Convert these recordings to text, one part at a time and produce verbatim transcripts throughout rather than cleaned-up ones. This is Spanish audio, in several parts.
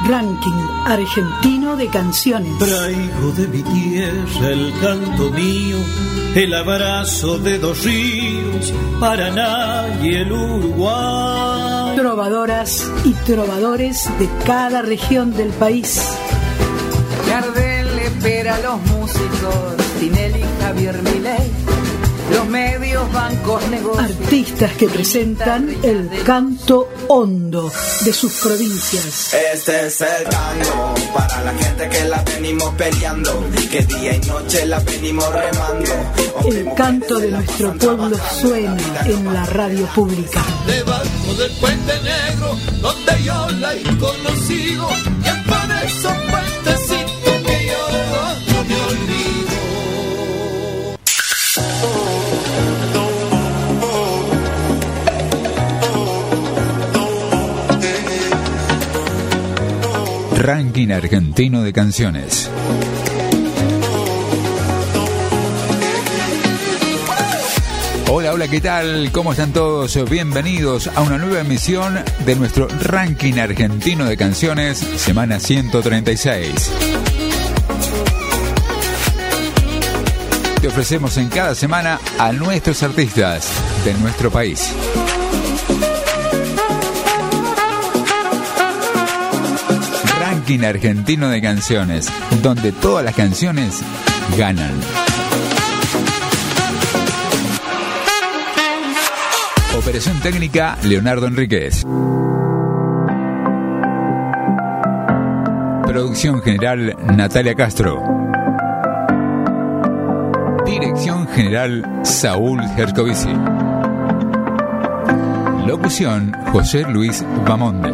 Ranking argentino de canciones. Traigo de mi tierra el canto mío, el abrazo de dos ríos, Paraná y el Uruguay. Trovadoras y trovadores de cada región del país. Gardel espera a los músicos, Tinelli, Javier Milei, los medios, bancos, negocios. Artistas que presentan el canto hondo de sus provincias. Este es el tango para la gente que la venimos peleando, que día y noche la venimos remando. El canto de nuestro pueblo suena en la radio pública. Debajo del puente negro, donde yo la he conocido, y es para esos puentecitos que yo no me olvido. Ranking argentino de canciones. Hola, hola, ¿qué tal? ¿Cómo están todos? Bienvenidos a una nueva emisión de nuestro Ranking argentino de canciones, semana ciento treinta y seis. Te ofrecemos en cada semana a nuestros artistas de nuestro país. Ranking argentino de canciones, donde todas las canciones ganan. Operación técnica, Leonardo Enríquez. Producción general, Natalia Castro. Dirección general, Saúl Hercovici. Locución, José Luis Bamonde.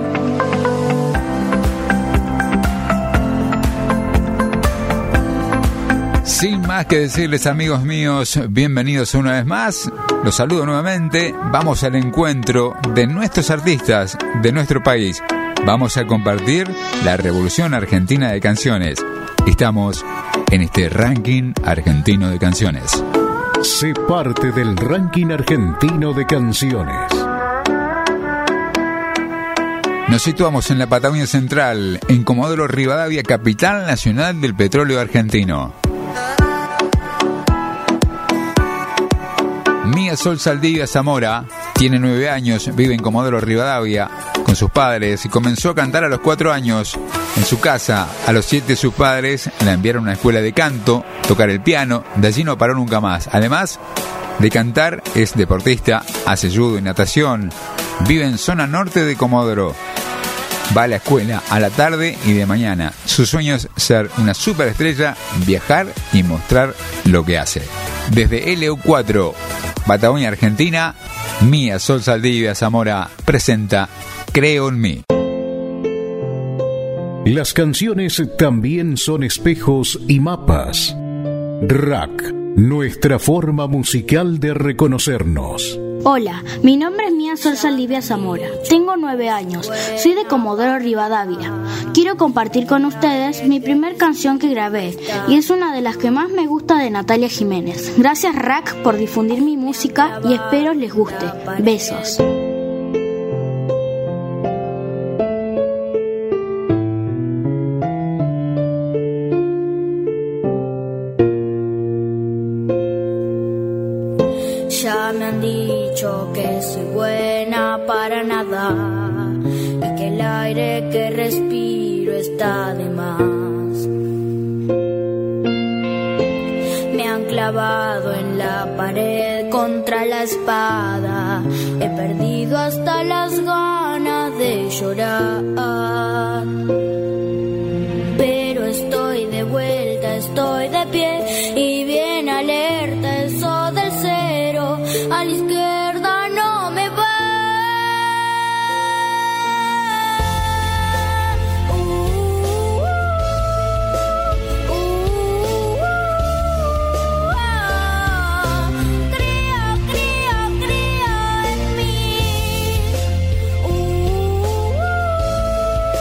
Sin más que decirles, amigos míos, bienvenidos una vez más. Los saludo nuevamente. Vamos al encuentro de nuestros artistas de nuestro país. Vamos a compartir la revolución argentina de canciones. Estamos en este ranking argentino de canciones. Sé parte del ranking argentino de canciones. Nos situamos en la Patagonia Central, en Comodoro Rivadavia, capital nacional del petróleo argentino. Mía Sol Saldivia Zamora tiene nueve años, vive en Comodoro Rivadavia con sus padres y comenzó a cantar a los cuatro años en su casa. A los siete sus padres la enviaron a una escuela de canto, tocar el piano, de allí no paró nunca más. Además de cantar, es deportista, hace judo y natación, vive en zona norte de Comodoro. Va a la escuela a la tarde y de mañana. Su sueño es ser una superestrella, viajar y mostrar lo que hace. Desde L U cuatro, Patagonia Argentina, Mía Sol Saldivia Zamora presenta Creo en mí. Las canciones también son espejos y mapas. R A C, nuestra forma musical de reconocernos. Hola, mi nombre es Mía Sol Saldivia Zamora, tengo nueve años, soy de Comodoro Rivadavia. Quiero compartir con ustedes mi primer canción que grabé y es una de las que más me gusta de Natalia Jiménez. Gracias R A C por difundir mi música y espero les guste. Besos. Ya me han dicho que soy buena para nada y que el aire que respiro está de más. Me han clavado en la pared contra la espada, he perdido hasta las ganas de llorar. Pero estoy de vuelta, estoy de pie y bien alerta, eso del cero a la izquierda no me va. Uh, uh, uh, uh, ah. Cría, cría, cría en mí. Uh, uh,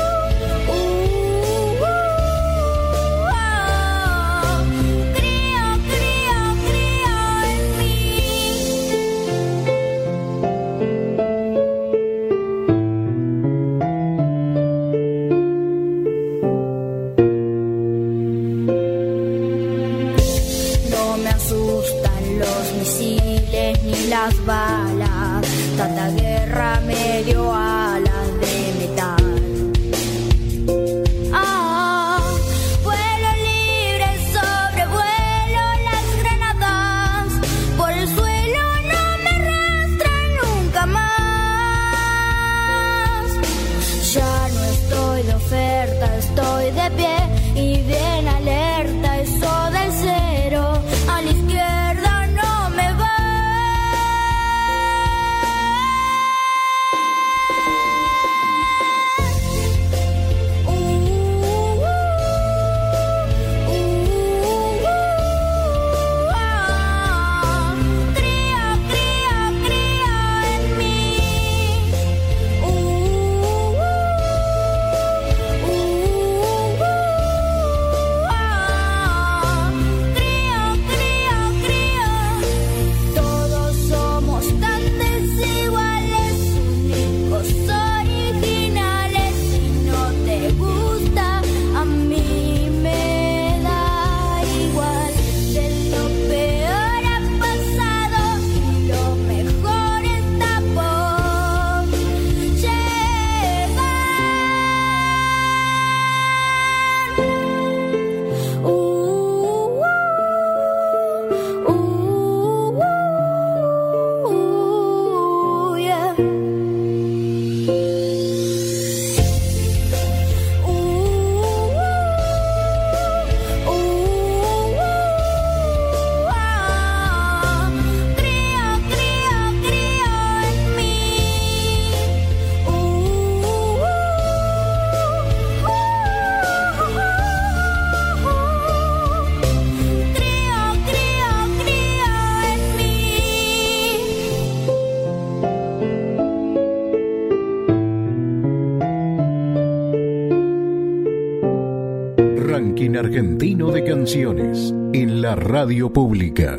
ranking argentino de canciones en la radio pública.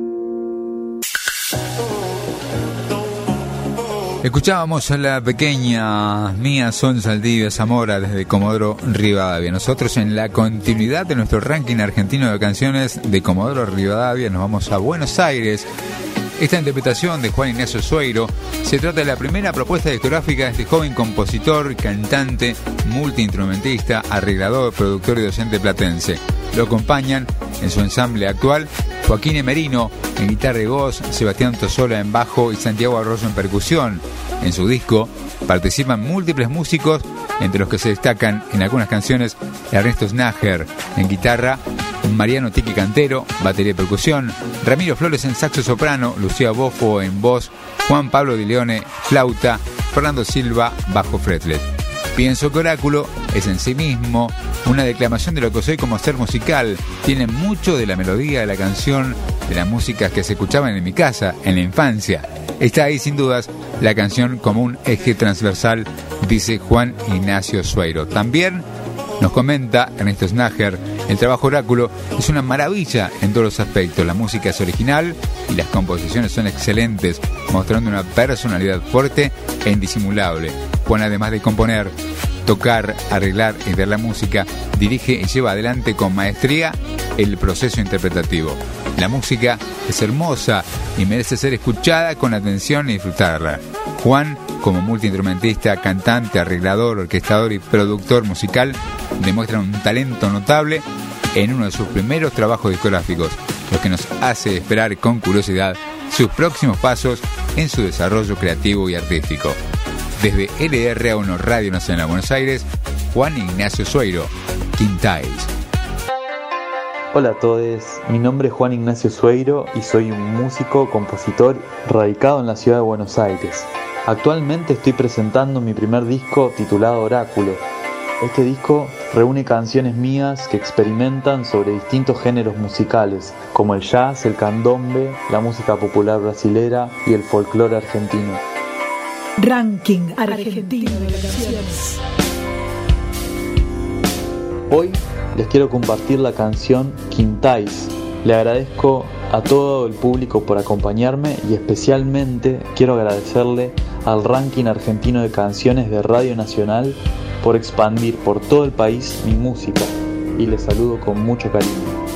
Escuchábamos a la pequeña Mía Sol Saldivia Zamora desde Comodoro Rivadavia. Nosotros, en la continuidad de nuestro ranking argentino de canciones de Comodoro Rivadavia, nos vamos a Buenos Aires. Esta interpretación de Juan Ignacio Sueiro se trata de la primera propuesta discográfica de este joven compositor, cantante, multiinstrumentista, arreglador, productor y docente platense. Lo acompañan en su ensamble actual Joaquín Emerino en guitarra y voz, Sebastián Tosola en bajo y Santiago Arroyo en percusión. En su disco participan múltiples músicos, entre los que se destacan en algunas canciones Ernesto Snager en guitarra, Mariano Tiki Cantero, batería y percusión, Ramiro Flores en saxo soprano, Lucía Bofo en voz, Juan Pablo Di Leone, flauta, Fernando Silva, bajo fretless. Pienso que Oráculo es en sí mismo una declamación de lo que soy como ser musical. Tiene mucho de la melodía de la canción, de las músicas que se escuchaban en mi casa, en la infancia. Está ahí sin dudas la canción como un eje transversal, dice Juan Ignacio Sueiro. También nos comenta Ernesto Snager, el trabajo Oráculo es una maravilla en todos los aspectos. La música es original y las composiciones son excelentes, mostrando una personalidad fuerte e indisimulable. Juan, además de componer, tocar, arreglar y ver la música, dirige y lleva adelante con maestría el proceso interpretativo. La música es hermosa y merece ser escuchada con atención y disfrutarla. Juan, como multiinstrumentista, cantante, arreglador, orquestador y productor musical, demuestra un talento notable en uno de sus primeros trabajos discográficos, lo que nos hace esperar con curiosidad sus próximos pasos en su desarrollo creativo y artístico. Desde L R A uno Radio Nacional Buenos Aires, Juan Ignacio Sueiro, Quintais. Hola a todos, mi nombre es Juan Ignacio Sueiro y soy un músico, compositor radicado en la ciudad de Buenos Aires. Actualmente estoy presentando mi primer disco titulado Oráculo. Este disco reúne canciones mías que experimentan sobre distintos géneros musicales, como el jazz, el candombe, la música popular brasilera y el folclore argentino. Ranking argentino de canciones. Hoy les quiero compartir la canción Quintais. Le agradezco a todo el público por acompañarme y especialmente quiero agradecerle al ranking argentino de canciones de Radio Nacional por expandir por todo el país mi música, y les saludo con mucho cariño.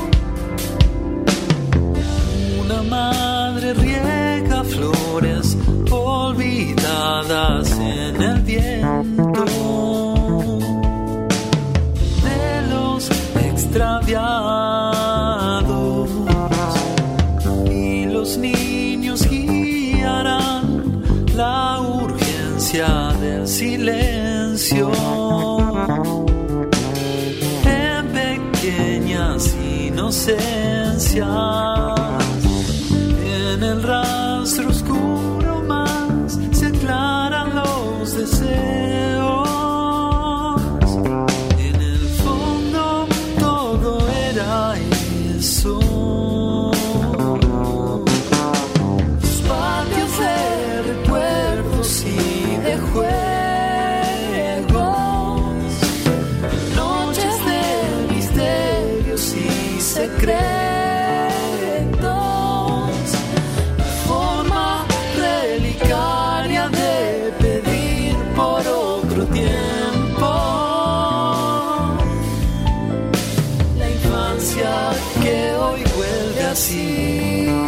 Una madre riega flores olvidadas en el viento de los extraviados, y los niños guiarán la urgencia del silencio en pequeñas inocencias, en el rastro oscuro más se aclaran los deseos, en el fondo todo era eso. Los patios de recuerdos y de juegos, noches de misterios y secretos, forma relicaria de pedir por otro tiempo, la infancia que hoy vuelve así.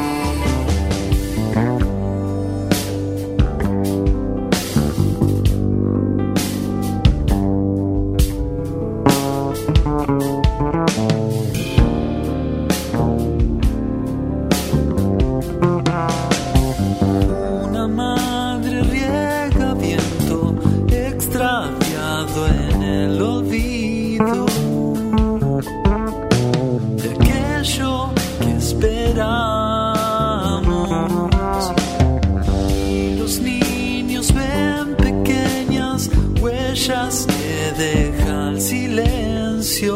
Una madre riega viento extraviado en el olvido de aquello que esperamos, y los niños ven pequeñas huellas que deja el silencio,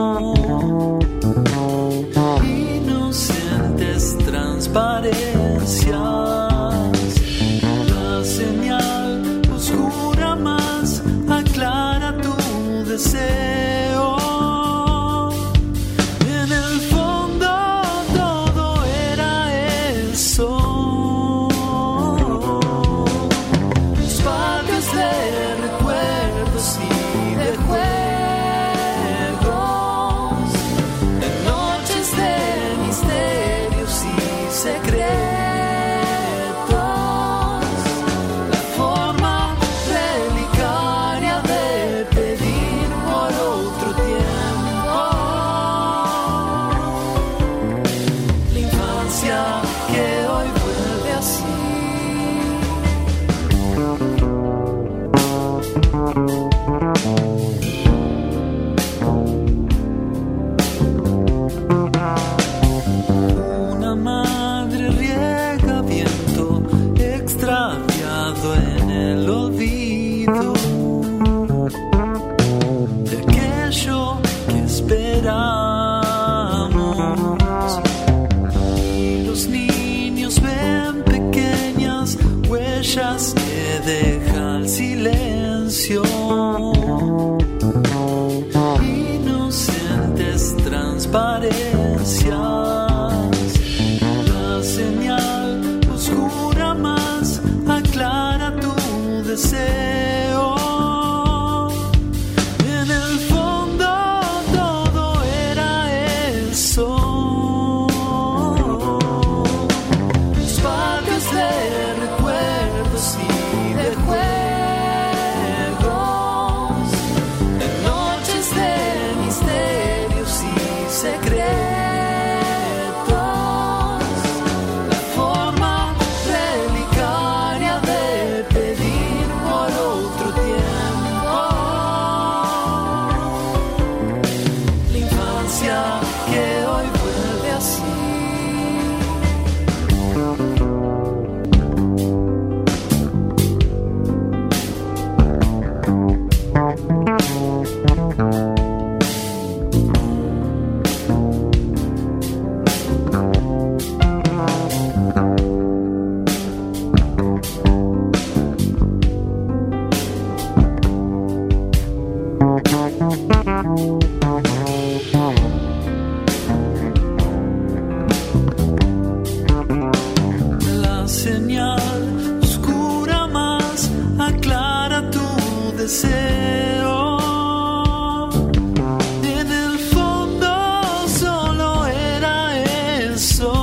inocentes transparencias, la señal oscura más aclara tu deseo, sombras que deja el silencio. Inocentes transparencias. La señal oscura más aclara tu deseo. En el fondo todo era eso. La señal oscura más aclara tu deseo. En el fondo solo era eso.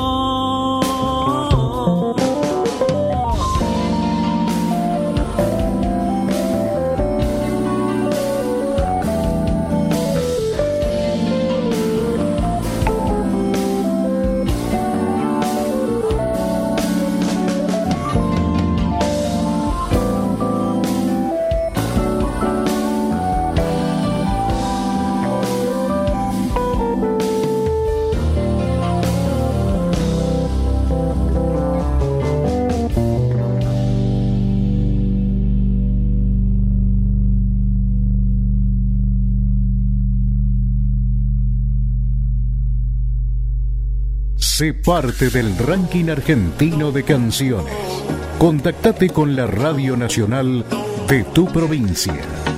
Sé parte del ranking argentino de canciones. Contactate con la Radio Nacional de tu provincia.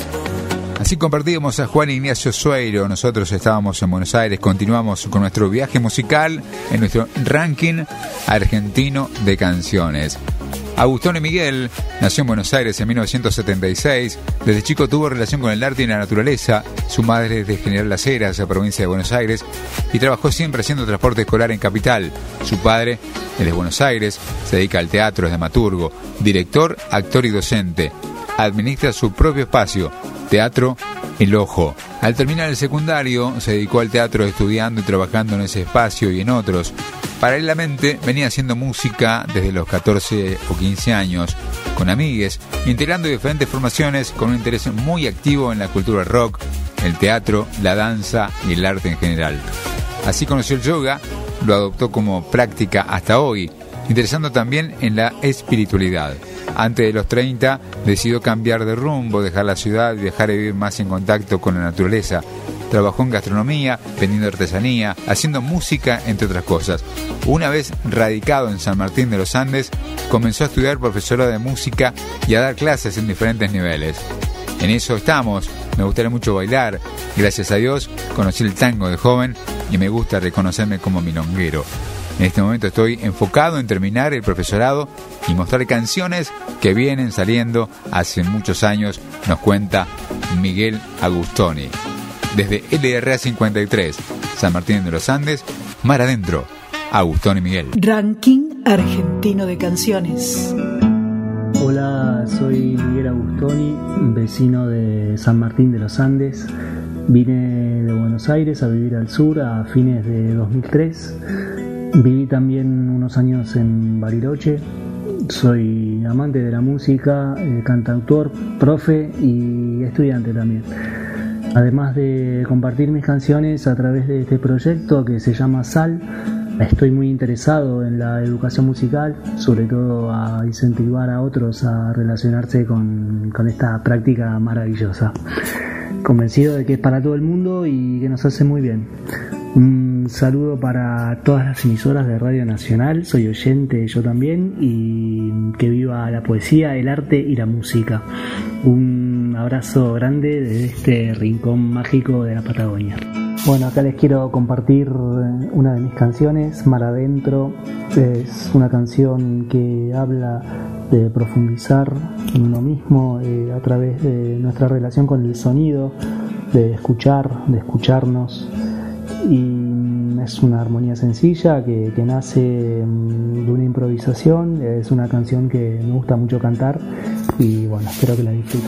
Así compartíamos a Juan Ignacio Sueiro. Nosotros estábamos en Buenos Aires. Continuamos con nuestro viaje musical en nuestro ranking argentino de canciones. Agustín Miguel nació en Buenos Aires en mil novecientos setenta y seis. Desde chico tuvo relación con el arte y la naturaleza. Su madre es de General Las Heras, la provincia de Buenos Aires, y trabajó siempre haciendo transporte escolar en Capital. Su padre es de Buenos Aires, se dedica al teatro, es dramaturgo, director, actor y docente. Administra su propio espacio, Teatro El Ojo. Al terminar el secundario, se dedicó al teatro estudiando y trabajando en ese espacio y en otros. Paralelamente, venía haciendo música desde los catorce o quince años, con amigues, integrando diferentes formaciones con un interés muy activo en la cultura rock, el teatro, la danza y el arte en general. Así conoció el yoga, lo adoptó como práctica hasta hoy, interesando también en la espiritualidad. Antes de los treinta, decidió cambiar de rumbo, dejar la ciudad y dejar de vivir más en contacto con la naturaleza. Trabajó en gastronomía, vendiendo artesanía, haciendo música, entre otras cosas. Una vez radicado en San Martín de los Andes, comenzó a estudiar profesorado de música y a dar clases en diferentes niveles. En eso estamos. Me gustaría mucho bailar. Gracias a Dios, conocí el tango de joven y me gusta reconocerme como milonguero. En este momento estoy enfocado en terminar el profesorado y mostrar canciones que vienen saliendo hace muchos años, nos cuenta Miguel Agustoni. Desde L R A cincuenta y tres, San Martín de los Andes, mar adentro, Agustoni Miguel. Ranking argentino de canciones. Hola, soy Miguel Agustoni, vecino de San Martín de los Andes. Vine de Buenos Aires a vivir al sur a fines de dos mil tres. Viví también unos años en Bariloche. Soy amante de la música, eh, cantautor, profe y estudiante también. Además de compartir mis canciones a través de este proyecto que se llama Sal, estoy muy interesado en la educación musical, sobre todo a incentivar a otros a relacionarse con, con esta práctica maravillosa. Convencido de que es para todo el mundo y que nos hace muy bien. Un saludo para todas las emisoras de Radio Nacional, soy oyente yo también, y que viva la poesía, el arte y la música. Un abrazo grande desde este rincón mágico de la Patagonia. Bueno, acá les quiero compartir una de mis canciones, Mar Adentro. Es una canción que habla de profundizar en uno mismo eh, a través de nuestra relación con el sonido, de escuchar, de escucharnos. Y es una armonía sencilla que, que nace de una improvisación. Es una canción que me gusta mucho cantar y bueno, espero que la disfruten.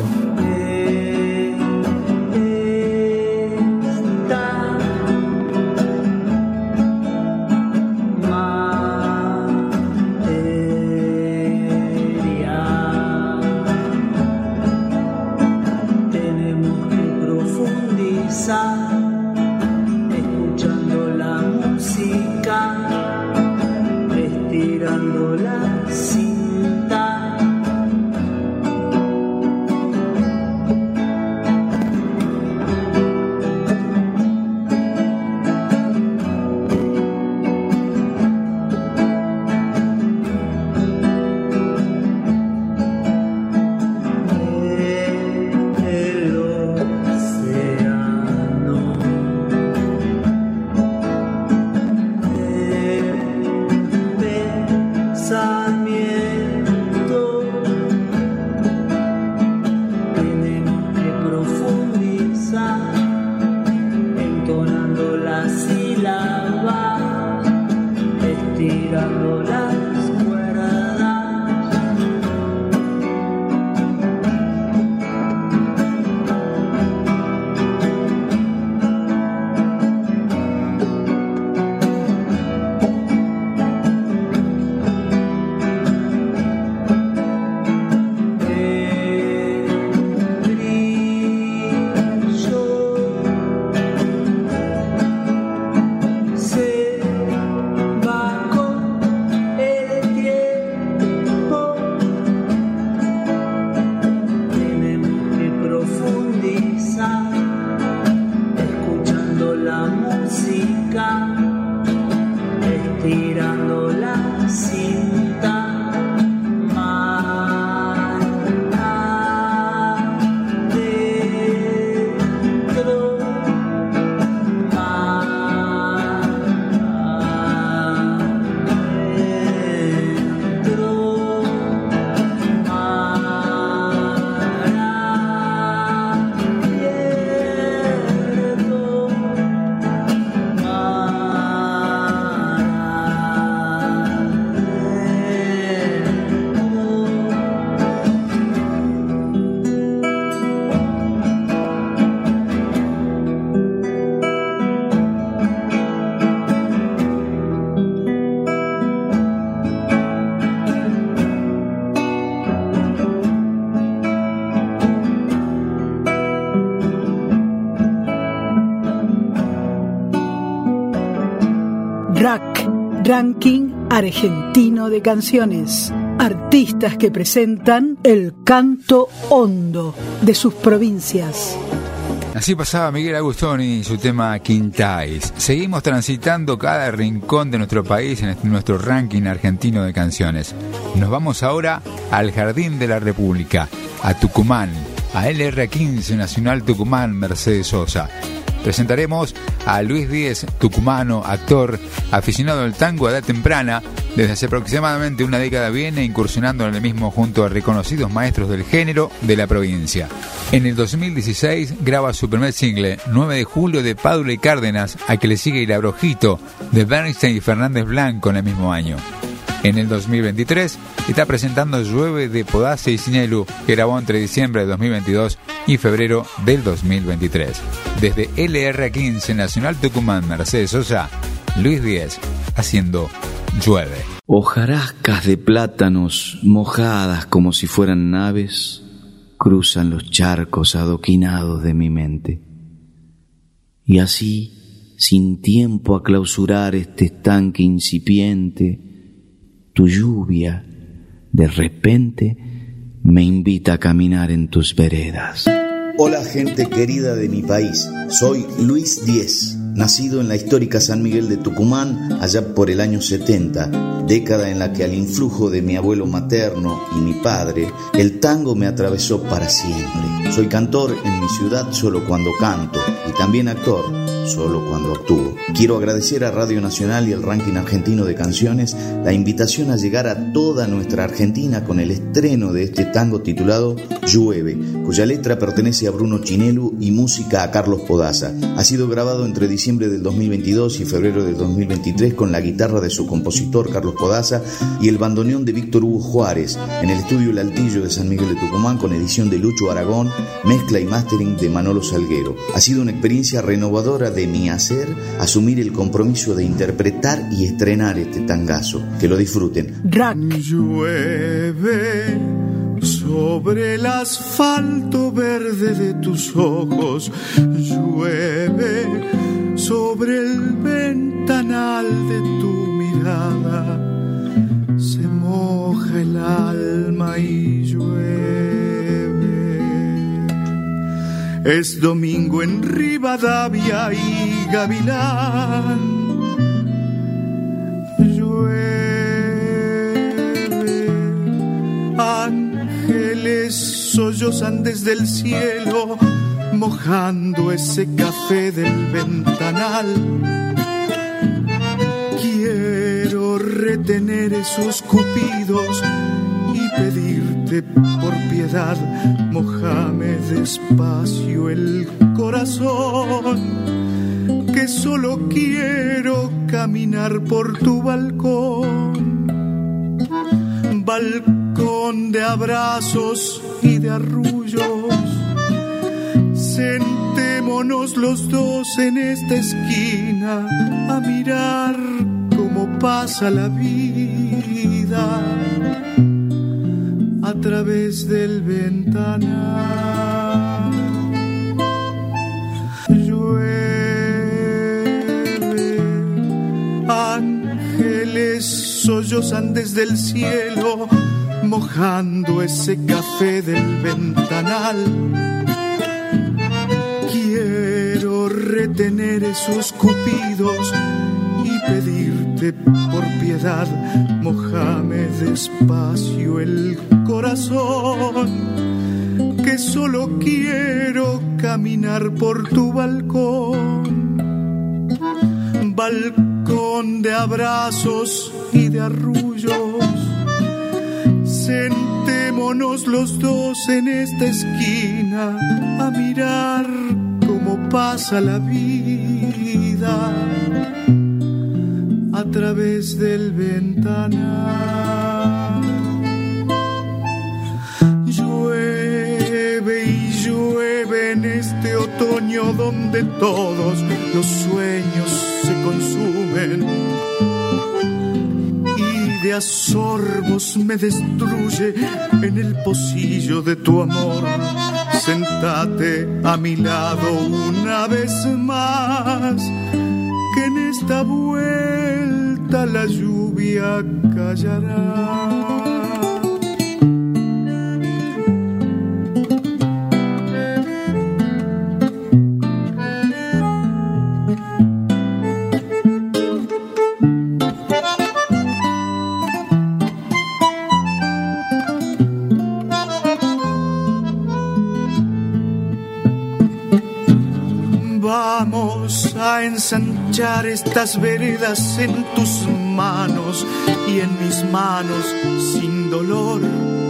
Ranking argentino de canciones. Artistas que presentan el canto hondo de sus provincias. Así pasaba Miguel Agustoni y su tema Quintais. Seguimos transitando cada rincón de nuestro país en nuestro ranking argentino de canciones. Nos vamos ahora al Jardín de la República, a Tucumán, a L R quince Nacional Tucumán Mercedes Sosa. Presentaremos a Luis Díez, tucumano, actor, aficionado al tango a edad temprana. Desde hace aproximadamente una década viene incursionando en el mismo junto a reconocidos maestros del género de la provincia. En el dos mil dieciséis graba su primer single, nueve de julio, de Padula y Cárdenas, a que le sigue El Abrojito, de Bernstein y Fernández Blanco en el mismo año. En el dos mil veintitrés está presentando Llueve de Podace y Sinelu, que grabó entre diciembre de dos mil veintidós y febrero del dos mil veintitrés. Desde L R quince Nacional Tucumán Mercedes Sosa, Luis Díez haciendo Llueve. Hojarascas de plátanos mojadas como si fueran naves cruzan los charcos adoquinados de mi mente. Y así, sin tiempo a clausurar este estanque incipiente, tu lluvia, de repente, me invita a caminar en tus veredas. Hola gente querida de mi país, soy Luis Díez nacido en la histórica San Miguel de Tucumán allá por el año setenta, década en la que al influjo de mi abuelo materno y mi padre, el tango me atravesó para siempre. Soy cantor en mi ciudad solo cuando canto y también actor solo cuando actúo. Quiero agradecer a Radio Nacional y el Ranking Argentino de Canciones la invitación a llegar a toda nuestra Argentina con el estreno de este tango titulado Llueve, cuya letra pertenece a Bruno Chinelu y música a Carlos Podaza. Ha sido grabado entre diciembre del dos mil veintidós y febrero del dos mil veintitrés con la guitarra de su compositor Carlos Podaza y el bandoneón de Víctor Hugo Juárez en el estudio El Altillo de San Miguel de Tucumán, con edición de Lucho Aragón, mezcla y mastering de Manolo Salguero. Ha sido una experiencia renovadora de mi hacer asumir el compromiso de interpretar y estrenar este tangazo. Que lo disfruten. Rack. Llueve sobre el asfalto verde de tus ojos, llueve sobre el ventanal de tu mirada, se moja el alma y llueve. Es domingo en Rivadavia y Gavilán, llueve, ángeles sollozan desde el cielo, mojando ese café del ventanal. Quiero retener esos cupidos y pedirte por piedad, mojame despacio el corazón, que solo quiero caminar por tu balcón, balcón de abrazos y de arrullos. Sentémonos los dos en esta esquina a mirar cómo pasa la vida a través del ventanal. Llueve, ángeles sollozan desde el cielo, mojando ese café del ventanal. Quiero retener esos cupidos y pedirte por piedad, mojame despacio el corazón, que solo quiero caminar por tu balcón, balcón de abrazos y de arrullos. Sentémonos los dos en esta esquina a mirar cómo pasa la vida a través del ventanal. Llueve y llueve en este otoño donde todos los sueños se consumen y de a sorbos me destruye en el pocillo de tu amor. Sentate a mi lado una vez más, que en esta vuelta la lluvia callará. Vamos a ensanchar estas veredas en tus manos y en mis manos sin dolor.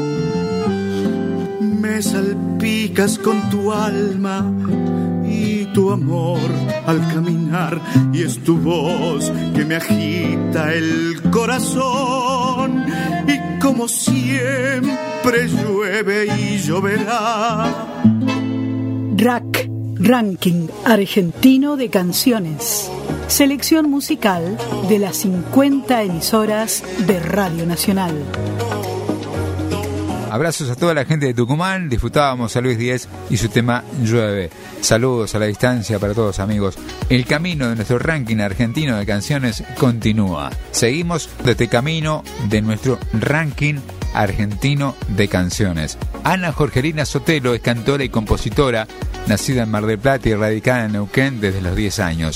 Me salpicas con tu alma y tu amor al caminar, y es tu voz que me agita el corazón, y como siempre llueve y lloverá. Rack. Ranking Argentino de Canciones. Selección musical de las cincuenta emisoras de Radio Nacional. Abrazos a toda la gente de Tucumán. Disfrutábamos a Luis Díez y su tema Llueve. Saludos a la distancia para todos, amigos. El camino de nuestro ranking argentino de canciones continúa. Seguimos de este camino de nuestro ranking argentino de canciones. Ana Jorgelina Sotelo es cantora y compositora, nacida en Mar del Plata y radicada en Neuquén desde los diez años.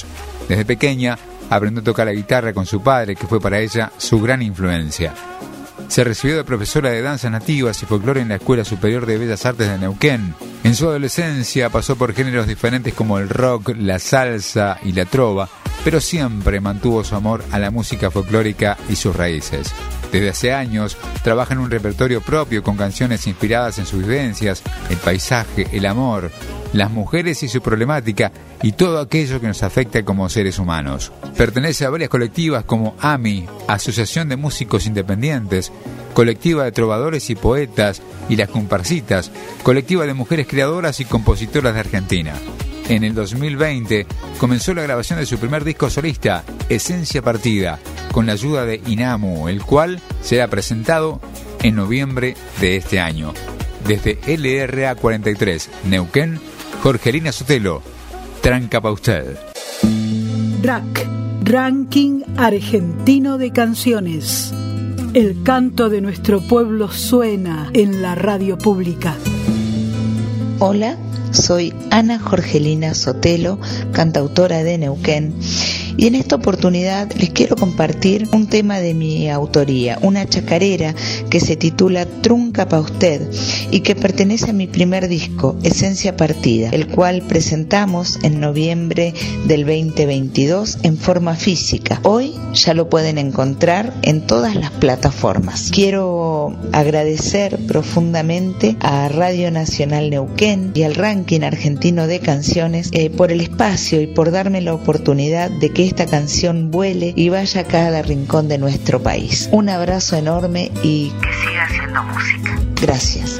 Desde pequeña aprendió a tocar la guitarra con su padre, que fue para ella su gran influencia. Se recibió de profesora de danzas nativas y folclore en la Escuela Superior de Bellas Artes de Neuquén. En su adolescencia pasó por géneros diferentes como el rock, la salsa y la trova, pero siempre mantuvo su amor a la música folclórica y sus raíces. Desde hace años trabaja en un repertorio propio con canciones inspiradas en sus vivencias, el paisaje, el amor, las mujeres y su problemática y todo aquello que nos afecta como seres humanos. Pertenece a varias colectivas como A M I, Asociación de Músicos Independientes, Colectiva de Trovadores y Poetas y Las Comparsitas, Colectiva de Mujeres Creadoras y Compositoras de Argentina. En el dos mil veinte comenzó la grabación de su primer disco solista, Esencia Partida, con la ayuda de INAMU, el cual será presentado en noviembre de este año. Desde L R A cuarenta y tres, Neuquén, Jorgelina Sotelo, Tranca pa' usted. R A C, Ranking Argentino de Canciones. El canto de nuestro pueblo suena en la radio pública. Hola, soy Ana Jorgelina Sotelo, cantautora de Neuquén, y en esta oportunidad les quiero compartir un tema de mi autoría, una chacarera que se titula Trunca pa' usted y que pertenece a mi primer disco, Esencia Partida, el cual presentamos en noviembre del veinte veintidós en forma física. Hoy ya lo pueden encontrar en todas las plataformas. Quiero agradecer profundamente a Radio Nacional Neuquén y al Ranking Argentino de Canciones eh, por el espacio y por darme la oportunidad de que esta canción vuele y vaya a cada rincón de nuestro país. Un abrazo enorme y que siga haciendo música. Gracias.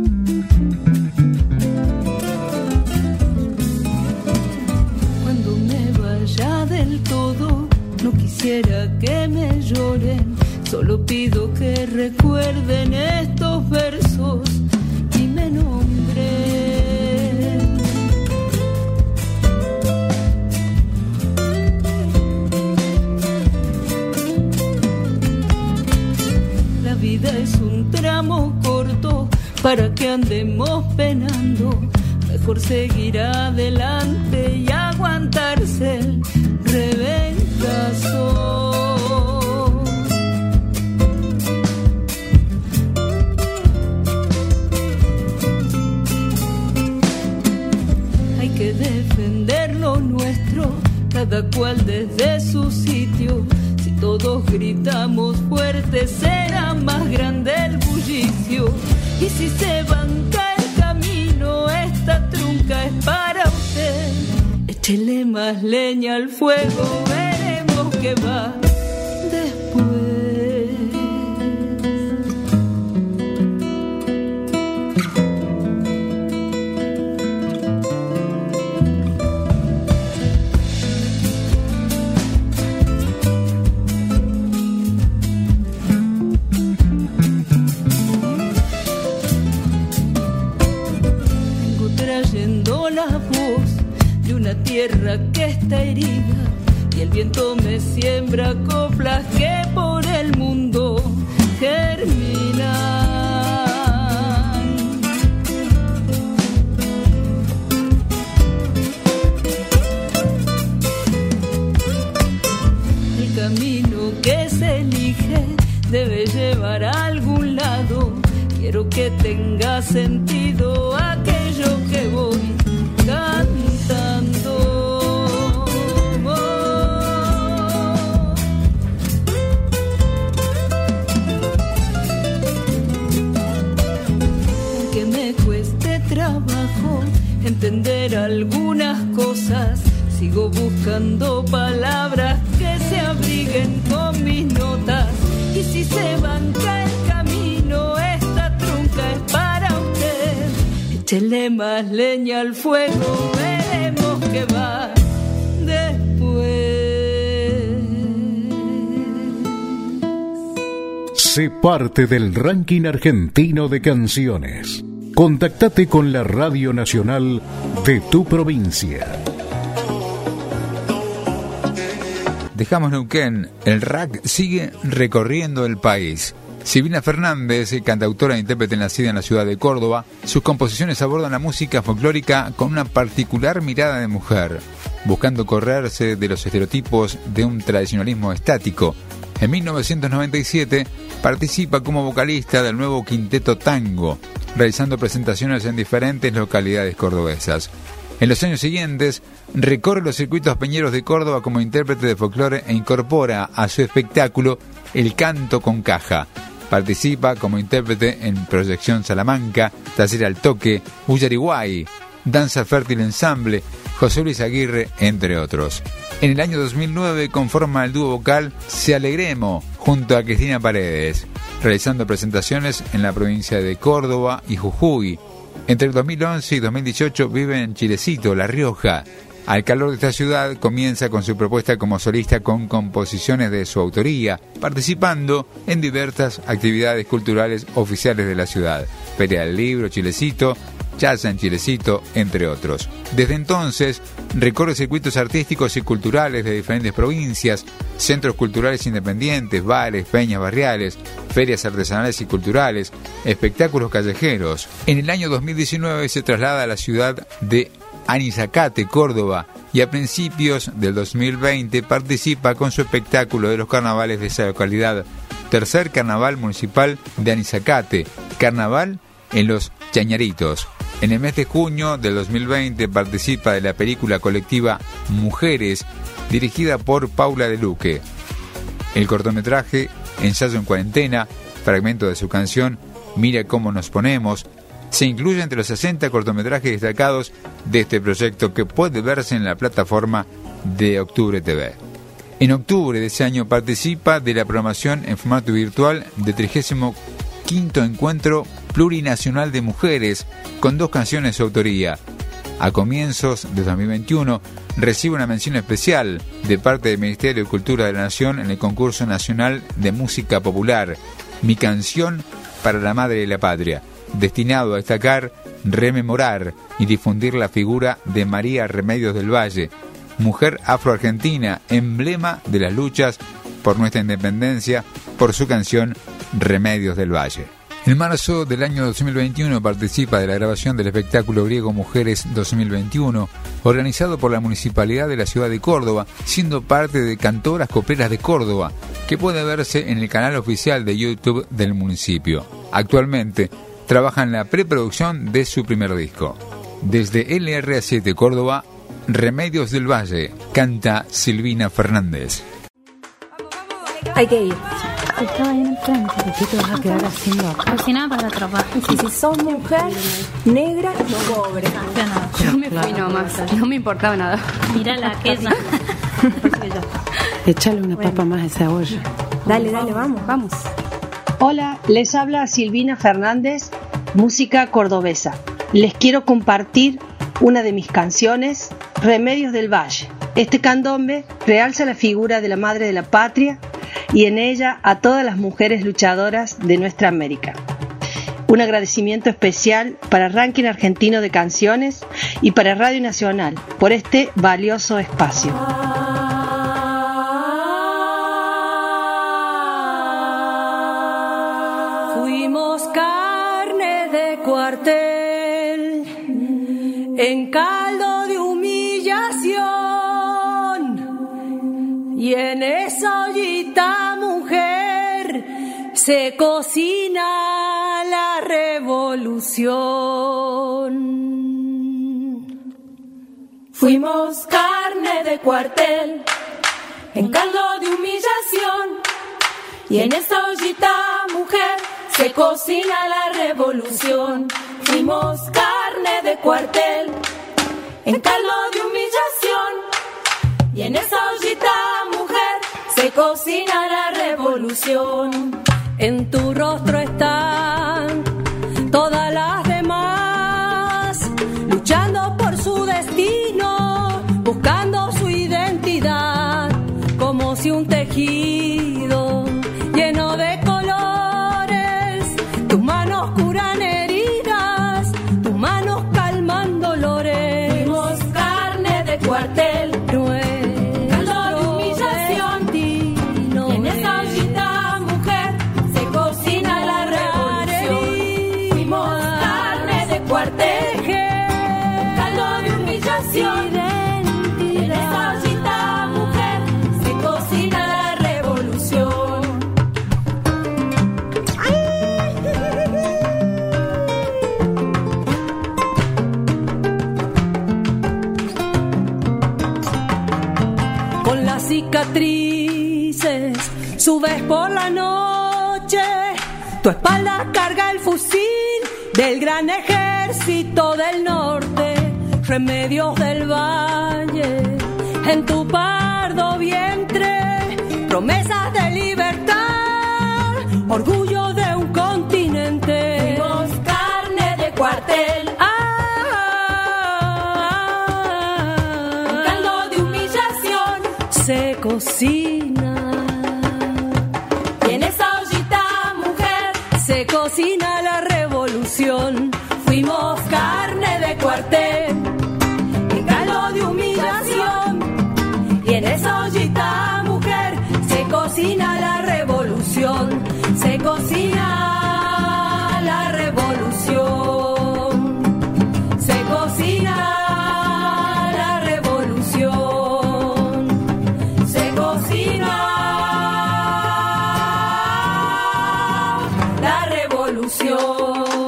Cuando me vaya del todo, no quisiera que me lloren, solo pido que recuerden estos versos y me nombren. La vida es un tramo corto para que andemos penando, mejor seguir adelante y aguantarse el reventazo. Hay que defender lo nuestro, cada cual desde su sitio. Si todos gritamos fuerte, será más grande el bullicio. Y si se banca el camino, esta trunca es para usted. Échele más leña al fuego, veremos qué va después. Tierra que está herida y el viento me siembra coplas que por el mundo germinan. El camino que se elige debe llevar a algún lado. Quiero que tenga sentido aquello que voy cantando. Aunque me cueste trabajo entender algunas cosas, sigo buscando palabras que se abriguen con mis notas. Y si se banca el camino, esta trunca es para usted. Échele más leña al fuego, veremos qué va después. Sé parte del Ranking Argentino de Canciones. Contactate con la Radio Nacional de tu provincia. Dejamos Neuquén, el R A C sigue recorriendo el país. Silvina Fernández, cantautora e intérprete nacida en la ciudad de Córdoba, sus composiciones abordan la música folclórica con una particular mirada de mujer. buscando correrse de los estereotipos de un tradicionalismo estático. En mil novecientos noventa y siete participa como vocalista del nuevo Quinteto Tango, realizando presentaciones en diferentes localidades cordobesas. En los años siguientes, recorre los circuitos peñeros de Córdoba como intérprete de folclore e incorpora a su espectáculo el canto con caja. Participa como intérprete en Proyección Salamanca, Taller al Toque, Uyariguay, Danza Fértil Ensamble, José Luis Aguirre, entre otros. En el año dos mil nueve conforma el dúo vocal Se Alegremo junto a Cristina Paredes, realizando presentaciones en la provincia de Córdoba y Jujuy. Entre el dos mil once y dos mil dieciocho vive en Chilecito, La Rioja. Al calor de esta ciudad comienza con su propuesta como solista con composiciones de su autoría, participando en diversas actividades culturales oficiales de la ciudad. Feria del Libro, Chilecito, Jazz en Chilecito, entre otros. Desde entonces, recorre circuitos artísticos y culturales de diferentes provincias, centros culturales independientes, bares, peñas barriales, ferias artesanales y culturales, espectáculos callejeros. En el año dos mil diecinueve se traslada a la ciudad de Anizacate, Córdoba, y a principios del dos mil veinte participa con su espectáculo de los carnavales de esa localidad. Tercer Carnaval Municipal de Anizacate, Carnaval en los Chañaritos. En el mes de junio del dos mil veinte participa de la película colectiva Mujeres, dirigida por Paula de Luque. El cortometraje Ensayo en Cuarentena, fragmento de su canción Mira cómo nos ponemos, se incluye entre los sesenta cortometrajes destacados de este proyecto que puede verse en la plataforma de Octubre T V. En octubre de ese año participa de la programación en formato virtual del trigésimo quinto Encuentro Plurinacional de Mujeres, con dos canciones de su autoría. A comienzos de dos mil veintiuno recibe una mención especial de parte del Ministerio de Cultura de la Nación en el concurso nacional de música popular Mi canción para la Madre de la Patria, destinado a destacar, rememorar y difundir la figura de María Remedios del Valle, mujer afroargentina, emblema de las luchas por nuestra independencia, por su canción Remedios del Valle. En marzo del año dos mil veintiuno participa de la grabación del espectáculo griego Mujeres dos mil veintiuno, organizado por la Municipalidad de la Ciudad de Córdoba, siendo parte de Cantoras Coperas de Córdoba, que puede verse en el canal oficial de YouTube del municipio. Actualmente trabaja en la preproducción de su primer disco. Desde L R A siete Córdoba, Remedios del Valle, canta Silvina Fernández. Hay que ir. Estaba ahí en el frente. ¿Qué te vas a quedar haciendo acá? Cocinaba para trabajar. Y si sos mujer, negra, no pobre. Yo me fui nomás. No me importaba nada. Mira la queso. Échale una papa más a esa olla. Dale, dale, vamos, vamos. Hola, les habla Silvina Fernández, música cordobesa. Les quiero compartir una de mis canciones, Remedios del Valle. Este candombe realza la figura de la Madre de la Patria y en ella a todas las mujeres luchadoras de nuestra América. Un agradecimiento especial para Ranking Argentino de Canciones y para Radio Nacional por este valioso espacio. Fuimos carne de cuartel en caldo de humillación y en esa ollita, mujer, se cocina la revolución. Fuimos carne de cuartel en caldo de humillación y en esa ollita, mujer, se cocina la revolución. Fuimos carne de cuartel en caldo de humillación y en esa ollita, mujer, se cocina la revolución. En tu rostro están todas las demás, luchando por su destino, buscando su identidad, como si un tejido lleno de colores, tus manos curan heridas, tus manos calman dolores. Fuimos carne de cuartel, caldo de humillación, y en esa ollita, mujer, se cocina la revolución. cicatrices, subes por la noche, tu espalda carga el fusil del gran ejército del norte, remedios del valle, en tu pardo vientre, promesas de libertad, orgullo de un continente. Fuimos carne de cuartel, Ah, un caldo de humillación, se cocina, y en esa ollita, mujer, se cocina la revolución. fuimos carne de cuartel, En caldo de humillación, y en esa ollita, mujer, se cocina la revolución, se cocina la revolución, se cocina la revolución, se cocina la revolución.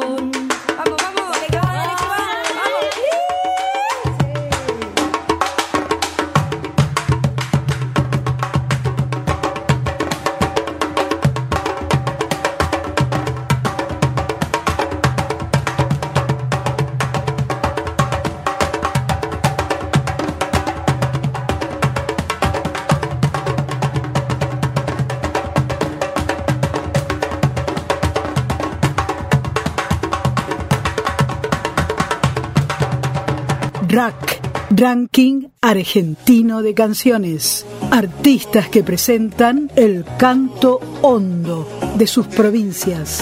Rack, Ranking Argentino de Canciones. Artistas que presentan el canto hondo de sus provincias.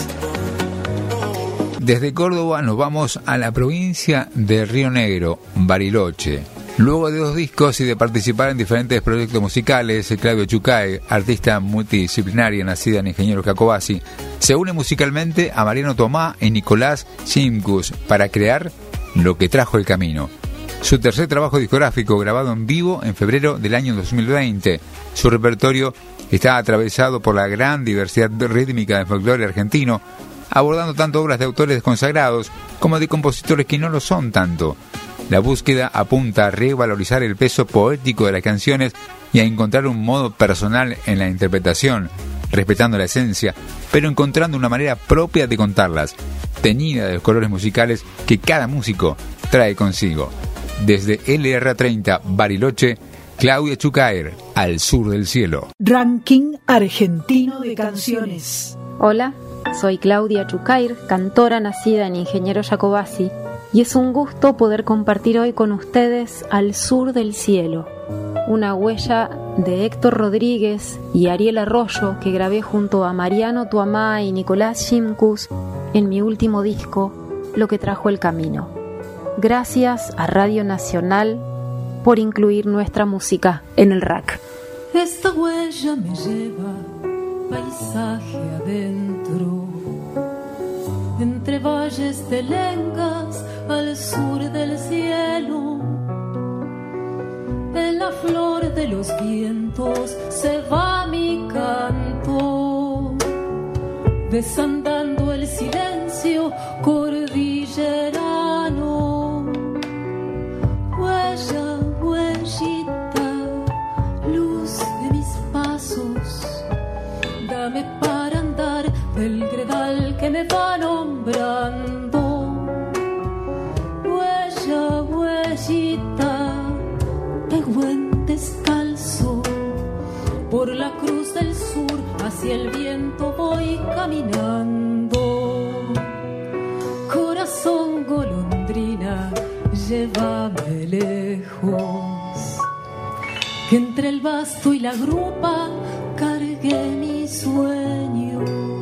Desde Córdoba nos vamos a la provincia de Río Negro, Bariloche. Luego de dos discos y de participar en diferentes proyectos musicales, Claudia Chucay, artista multidisciplinaria nacida en Ingeniero Jacobasi, se une musicalmente a Mariano Tomá y Nicolás Simkus para crear Lo que trajo el camino. Su tercer trabajo discográfico, grabado en vivo en febrero del año dos mil veinte. Su repertorio está atravesado por la gran diversidad rítmica del folclore argentino, abordando tanto obras de autores consagrados como de compositores que no lo son tanto. La búsqueda apunta a revalorizar el peso poético de las canciones y a encontrar un modo personal en la interpretación, respetando la esencia, pero encontrando una manera propia de contarlas, teñida de los colores musicales que cada músico trae consigo. Desde L R treinta, Bariloche, Claudia Chucaer, Al sur del cielo. Ranking Argentino de Canciones. Hola, soy Claudia Chucair, cantora nacida en Ingeniero Jacobasi, y es un gusto poder compartir hoy con ustedes Al sur del cielo, una huella de Héctor Rodríguez y Ariel Arroyo que grabé junto a Mariano Tuamá y Nicolás Simkus en mi último disco, Lo que trajo el camino. Gracias a Radio Nacional por incluir nuestra música en el rack. Esta huella me lleva paisaje adentro, entre valles de lengas al sur del cielo. En la flor de los vientos se va mi canto, desandando el silencio cordillerano. Huella, huellita, luz de mis pasos, dame para andar del gredal que me va nombrando. Huella, huellita, de buen descalzo, por la cruz del sur hacia el viento voy caminando. Corazón golondrina, llévame lejos, que entre el basto y la grupa cargué mis sueños.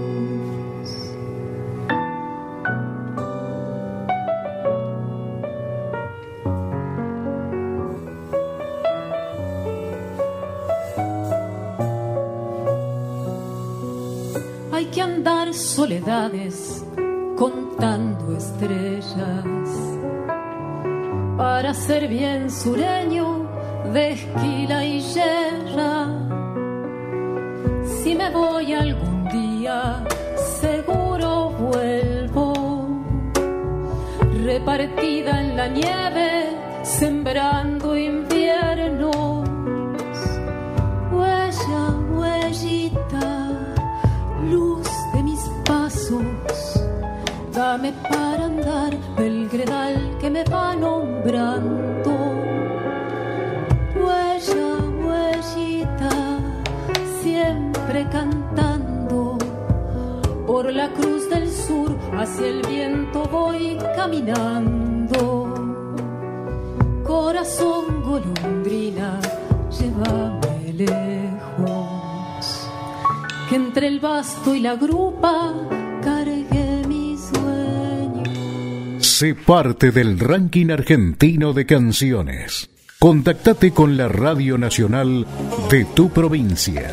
Hay que andar soledades contando estrellas para ser bien sureño de esquila y yerra. Si me voy algún día, seguro vuelvo, repartida en la nieve, sembrando inviernos. Guíame para andar el gredal que me va nombrando. Huella, huellita, siempre cantando. Por la cruz del sur hacia el viento voy caminando. Corazón golondrina, llévame lejos, que entre el basto y la grupa cargué mi sueño. Sé parte del ranking argentino de canciones. Contactate con la Radio Nacional de tu provincia.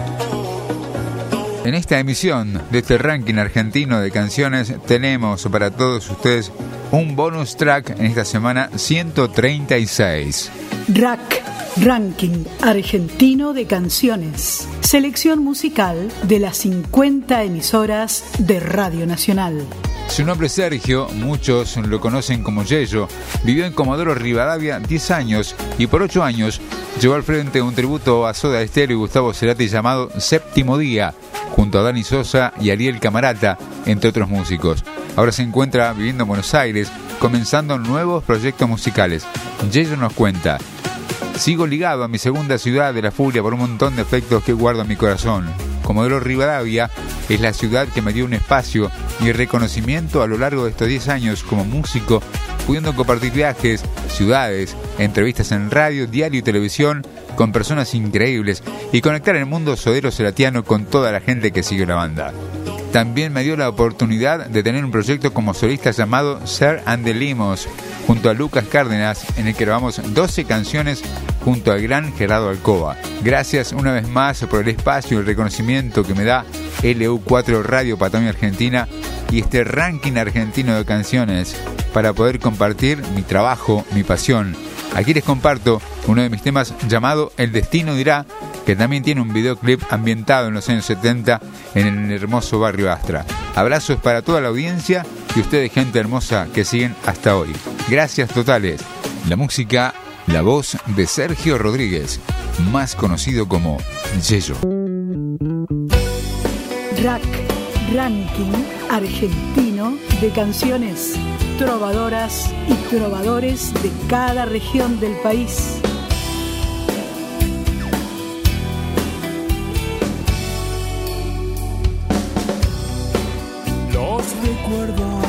En esta emisión de este ranking argentino de canciones tenemos para todos ustedes un bonus track en esta semana ciento treinta y seis. Rack, Ranking Argentino de Canciones. Selección musical de las cincuenta emisoras de Radio Nacional. Su nombre es Sergio, muchos lo conocen como Yello. Vivió en Comodoro Rivadavia diez años y por ocho años llevó al frente un tributo a Soda Stereo y Gustavo Cerati llamado Séptimo Día, junto a Dani Sosa y Ariel Camarata, entre otros músicos. Ahora se encuentra viviendo en Buenos Aires, comenzando nuevos proyectos musicales. Yello nos cuenta: sigo ligado a mi segunda ciudad de la furia por un montón de afectos que guardo en mi corazón. Comodoro Rivadavia es la ciudad que me dio un espacio y reconocimiento a lo largo de estos diez años como músico, pudiendo compartir viajes, ciudades, entrevistas en radio, diario y televisión con personas increíbles y conectar el mundo sodero ceratiano con toda la gente que sigue la banda. También me dio la oportunidad de tener un proyecto como solista llamado Ser and the Limos, junto a Lucas Cárdenas, en el que grabamos doce canciones junto al gran Gerardo Alcoba. Gracias una vez más por el espacio y el reconocimiento que me da L U cuatro Radio Patagonia Argentina y este ranking argentino de canciones para poder compartir mi trabajo, mi pasión. Aquí les comparto uno de mis temas llamado El Destino Dirá, que también tiene un videoclip ambientado en los años setenta en el hermoso barrio Astra. Abrazos para toda la audiencia y ustedes, gente hermosa que siguen hasta hoy. Gracias totales. La música, la voz de Sergio Rodríguez, más conocido como Yello. Rack, Ranking Argentino de Canciones. Trovadoras y trovadores de cada región del país. Los recuerdos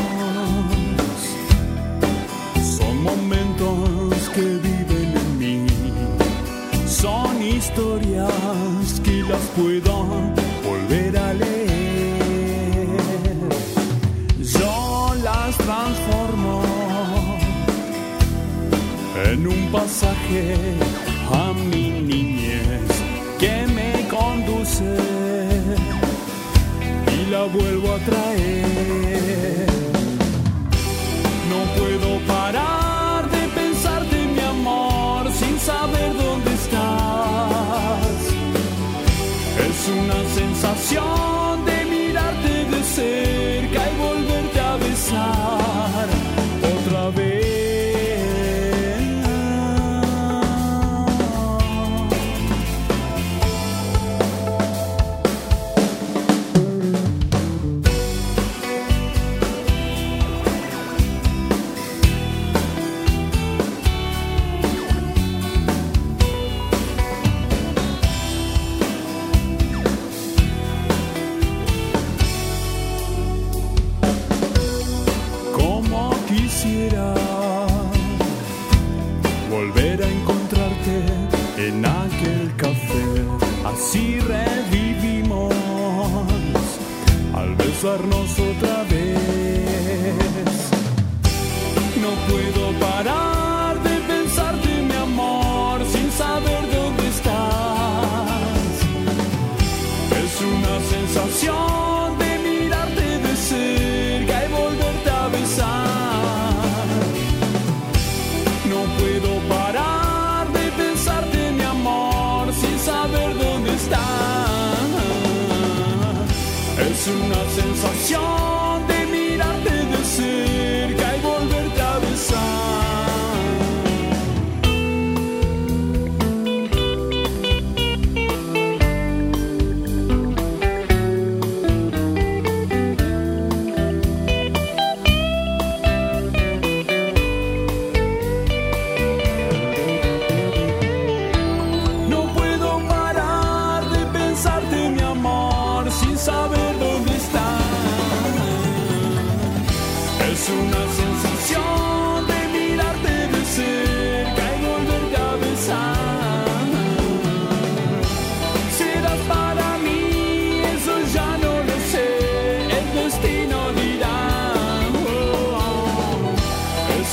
son momentos que viven en mí, son historias que las puedo volver a leer. Yo las transformo en un pasaje a mi niñez que me conduce y la vuelvo a traer. No puedo parar de pensarte, mi amor, sin saber dónde estás. Es una sensación de mirarte de cerca y volverte a besar otra vez. Volver a encontrarte en aquel café, así revivimos al besarnos otra vez. No puedo parar de pensarte, mi amor, sin saber dónde estás. Es una sensación de mirarte de cerca y volverte a besar. No puedo parar de pensarte, mi amor, sin saber dónde estás. Es una sensación de mirarte de cerca y volverte a besar.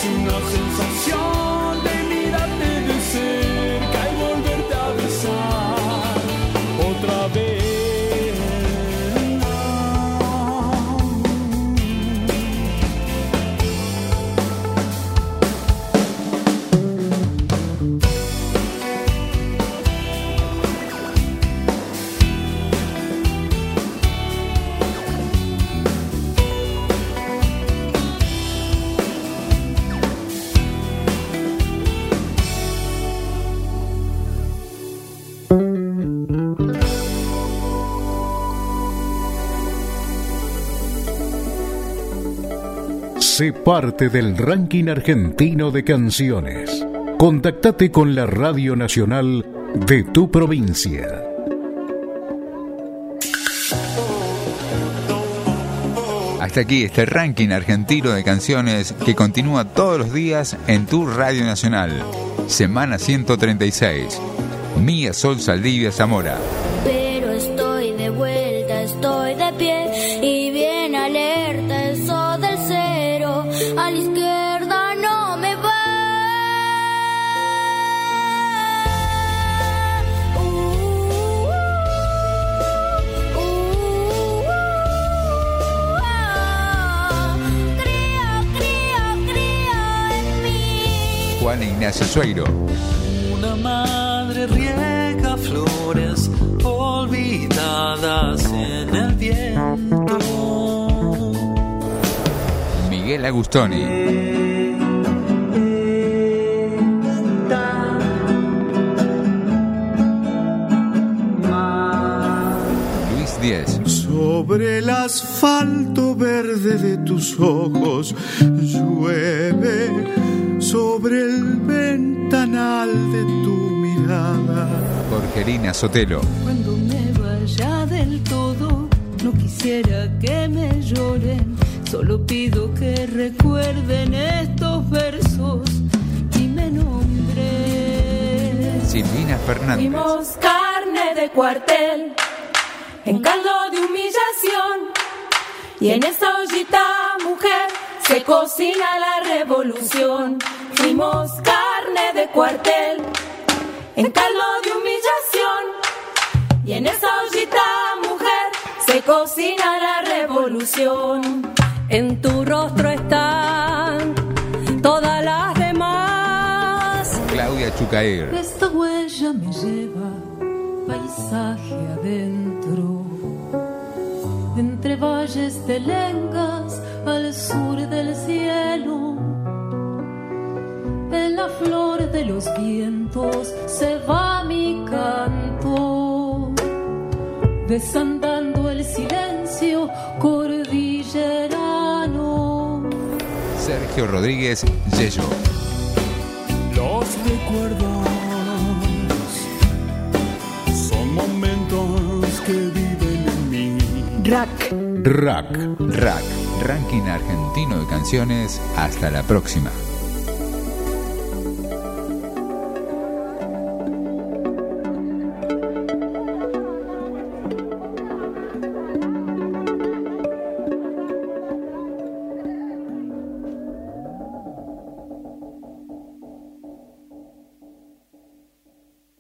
Es una sensación de mirarte de cerca y volverte a besar otra vez. Sé parte del ranking argentino de canciones. Contactate con la Radio Nacional de tu provincia. Hasta aquí este ranking argentino de canciones que continúa todos los días en tu Radio Nacional. Semana ciento treinta y seis. Mía Sol Saldivia Zamora. Pero estoy de vuelta, estoy de pie y bien alerta, eso del cero a la izquierda no me va. Uh, uh, uh, uh, ah, cría, cría, cría en mí. Juan Ignacio Sueiro. Una madre riega flores olvidadas en el viento. Miguel Agustoni. Luis Díez. Sobre el asfalto verde de tus ojos llueve, sobre el ventanal de tu mirada. Jorgelina Sotelo. Cuando me vaya del todo, no quisiera que me lloren. Solo pido que recuerden estos versos y me nombren. Silvina Fernández. Fuimos carne de cuartel, en caldo de humillación, y en esa ollita, mujer, se cocina la revolución. Fuimos carne de cuartel, en caldo de humillación, y en esa ollita, mujer, se cocina la revolución. En tu rostro están todas las demás. Claudia Chucair. Esta huella me lleva paisaje adentro, entre valles de lengas al sur del cielo. En la flor de los vientos se va mi canto, desandando el silencio cordillerano. Sergio Rodríguez Yello. Los recuerdos son momentos que viven en mí. Rack. Rack. Rack. Ranking argentino de canciones. Hasta la próxima.